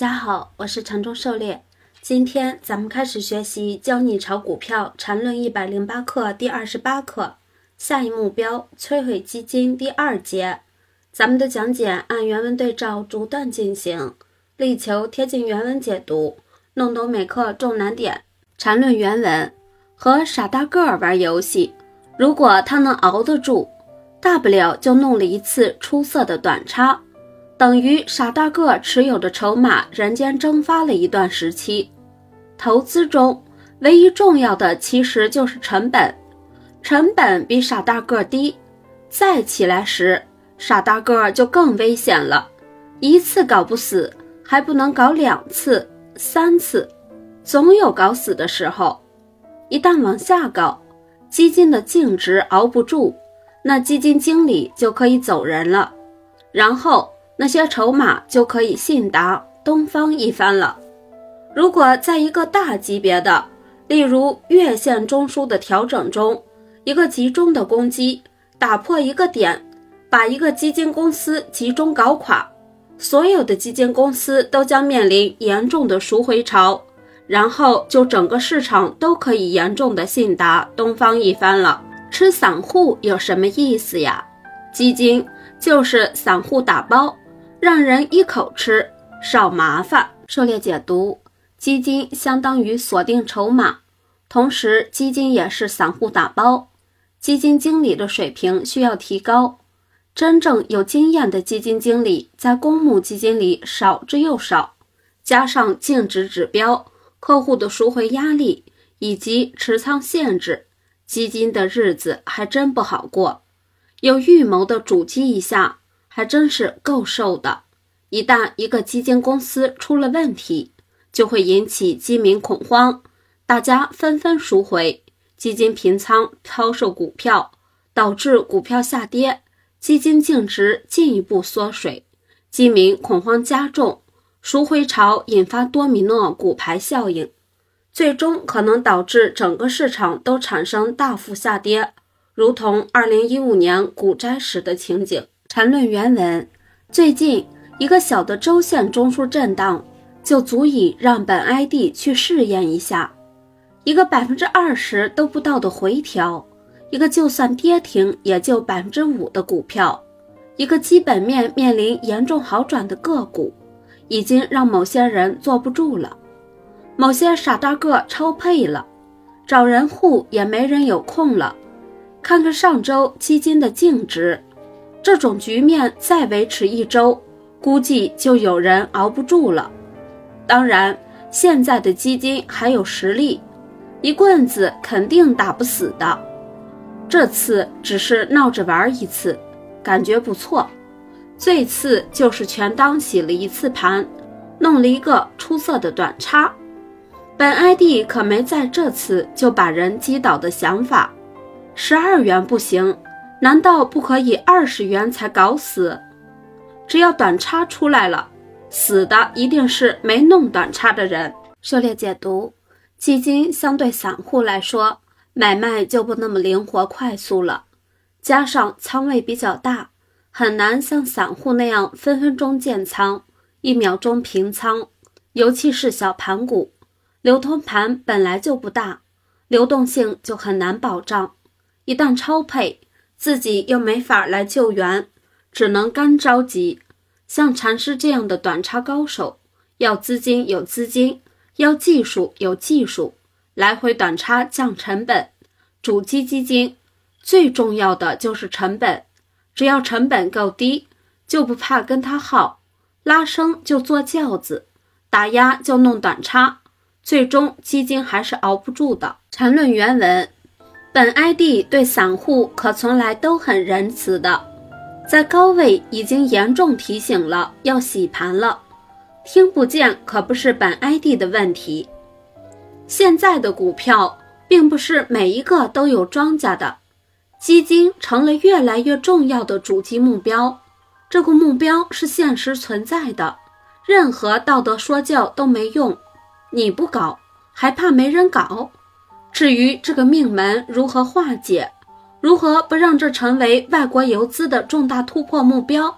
大家好，我是城中狩猎。今天咱们开始学习教你炒股票缠论108课第28课，下一目标摧毁基金第2节。咱们的讲解按原文对照逐段进行，力求贴近原文解读，弄懂每课重难点。缠论原文：和傻大个儿玩游戏，如果他能熬得住，大不了就弄了一次出色的短差，等于傻大个持有的筹码人间蒸发了一段时期。投资中唯一重要的其实就是成本，成本比傻大个低，再起来时傻大个就更危险了，一次搞不死，还不能搞2次、3次，总有搞死的时候。一旦往下搞，基金的净值熬不住，那基金经理就可以走人了，然后那些筹码就可以信达、东方一番了。如果在一个大级别的，例如月线中枢的调整中，一个集中的攻击打破一个点，把一个基金公司集中搞垮，所有的基金公司都将面临严重的赎回潮，然后就整个市场都可以严重的信达、东方一番了。吃散户有什么意思呀？基金就是散户打包，让人一口吃，少麻烦。狩猎解读：基金相当于锁定筹码，同时基金也是散户打包，基金经理的水平需要提高。真正有经验的基金经理在公募基金里少之又少，加上净值指标、客户的赎回压力以及持仓限制，基金的日子还真不好过。有预谋的主击一下，还真是够受的。一旦一个基金公司出了问题，就会引起基民恐慌，大家纷纷赎回，基金平仓抛售股票，导致股票下跌，基金净值进一步缩水，基民恐慌加重，赎回潮引发多米诺骨牌效应，最终可能导致整个市场都产生大幅下跌，如同2015年股灾时的情景。缠论原文：最近一个小的周线中枢震荡就足以让本 ID 去试验一下，一个 20% 都不到的回调，一个就算跌停也就 5% 的股票，一个基本面面临严重好转的个股，已经让某些人坐不住了，某些傻大个超配了，找人护也没人有空了。看看上周基金的净值，这种局面再维持1周，估计就有人熬不住了。当然，现在的基金还有实力，一棍子肯定打不死的。这次只是闹着玩一次，感觉不错。最次就是全当洗了一次盘，弄了一个出色的短差。本 ID 可没在这次就把人击倒的想法。12元不行，难道不可以20元才搞死？只要短差出来了，死的一定是没弄短差的人。狩猎解读：基金相对散户来说，买卖就不那么灵活快速了，加上仓位比较大，很难像散户那样分分钟建仓，1秒钟平仓，尤其是小盘股，流通盘本来就不大，流动性就很难保障，一旦超配，自己又没法来救援，只能干着急。像禅师这样的短差高手，要资金有资金，要技术有技术，来回短差降成本。主基金最重要的就是成本，只要成本够低，就不怕跟他耗，拉升就坐轿子，打压就弄短差，最终基金还是熬不住的。缠论原文：本 ID 对散户可从来都很仁慈的，在高位已经严重提醒了要洗盘了，听不见可不是本 ID 的问题。现在的股票并不是每一个都有庄家的，基金成了越来越重要的主击目标，这个目标是现实存在的，任何道德说教都没用，你不搞还怕没人搞。至于这个命门如何化解，如何不让这成为外国游资的重大突破目标，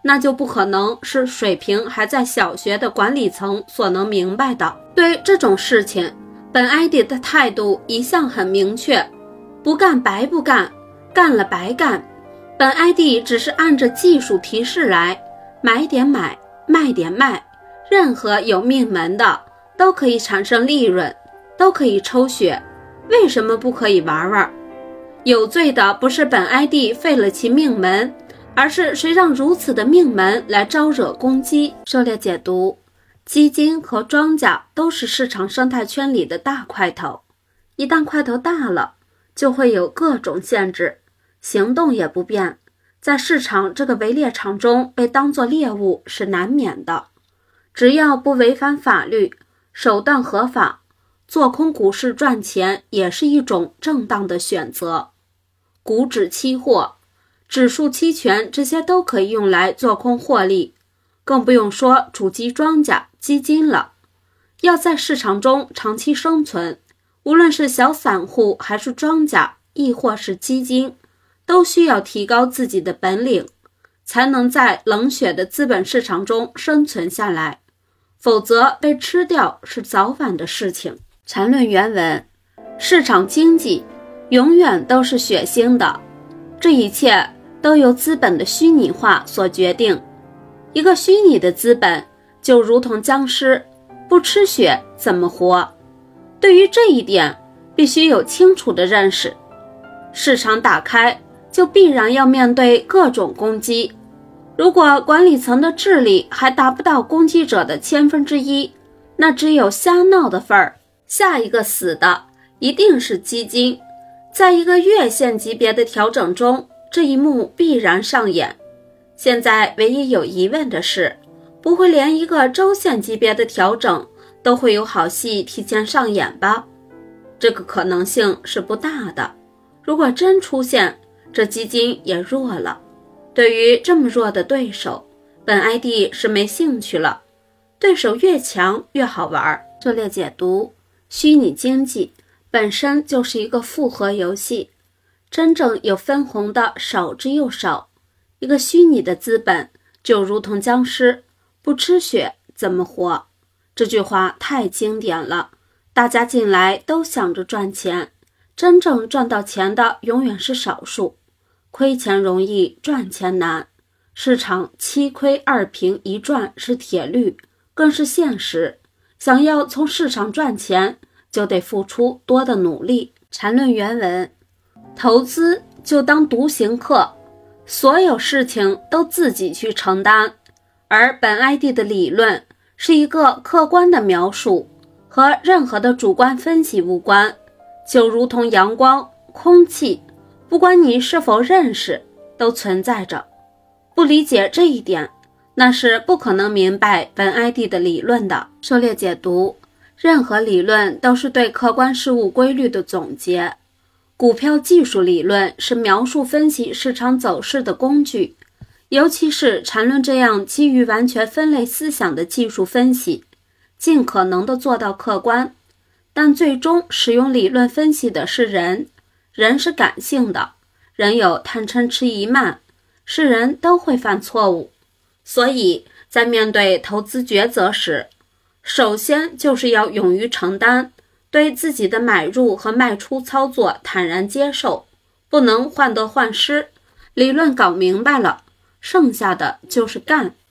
那就不可能是水平还在小学的管理层所能明白的。对这种事情，本 ID 的态度一向很明确，不干白不干，干了白干。本 ID 只是按着技术提示来，买点买，卖点卖，任何有命门的都可以产生利润，都可以抽血，为什么不可以玩玩？有罪的不是本 ID 废了其命门，而是谁让如此的命门来招惹攻击。狩猎解读，基金和庄家都是市场生态圈里的大块头，一旦块头大了，就会有各种限制，行动也不便，在市场这个围猎场中被当作猎物是难免的。只要不违反法律，手段合法，做空股市赚钱也是一种正当的选择。股指期货、指数期权这些都可以用来做空获利，更不用说主机庄家、基金了。要在市场中长期生存，无论是小散户还是庄家，亦或是基金，都需要提高自己的本领，才能在冷血的资本市场中生存下来，否则被吃掉是早晚的事情。缠论原文，市场经济永远都是血腥的，这一切都由资本的虚拟化所决定。一个虚拟的资本就如同僵尸，不吃血怎么活？对于这一点，必须有清楚的认识。市场打开，就必然要面对各种攻击。如果管理层的智力还达不到攻击者的1/1000，那只有瞎闹的份儿。下一个死的一定是基金。在一个月线级别的调整中，这一幕必然上演。现在唯一有疑问的是，不会连一个周线级别的调整都会有好戏提前上演吧？这个可能性是不大的。如果真出现，这基金也弱了。对于这么弱的对手，本 ID 是没兴趣了。对手越强越好玩。这列解读，虚拟经济本身就是一个复合游戏，真正有分红的少之又少。一个虚拟的资本就如同僵尸，不吃血怎么活？这句话太经典了，大家进来都想着赚钱，真正赚到钱的永远是少数。亏钱容易，赚钱难。市场7亏2平1赚是铁律，更是现实。想要从市场赚钱，就得付出多的努力。缠论原文，投资就当独行客，所有事情都自己去承担。而本 ID 的理论是一个客观的描述，和任何的主观分析无关，就如同阳光、空气，不管你是否认识，都存在着。不理解这一点，那是不可能明白本 ID 的理论的。狩猎解读，任何理论都是对客观事物规律的总结。股票技术理论是描述分析市场走势的工具，尤其是缠论这样基于完全分类思想的技术分析，尽可能的做到客观。但最终使用理论分析的是人，人是感性的，人有贪嗔痴疑慢，是人都会犯错误。所以在面对投资抉择时，首先就是要勇于承担，对自己的买入和卖出操作坦然接受，不能患得患失。理论搞明白了，剩下的就是干。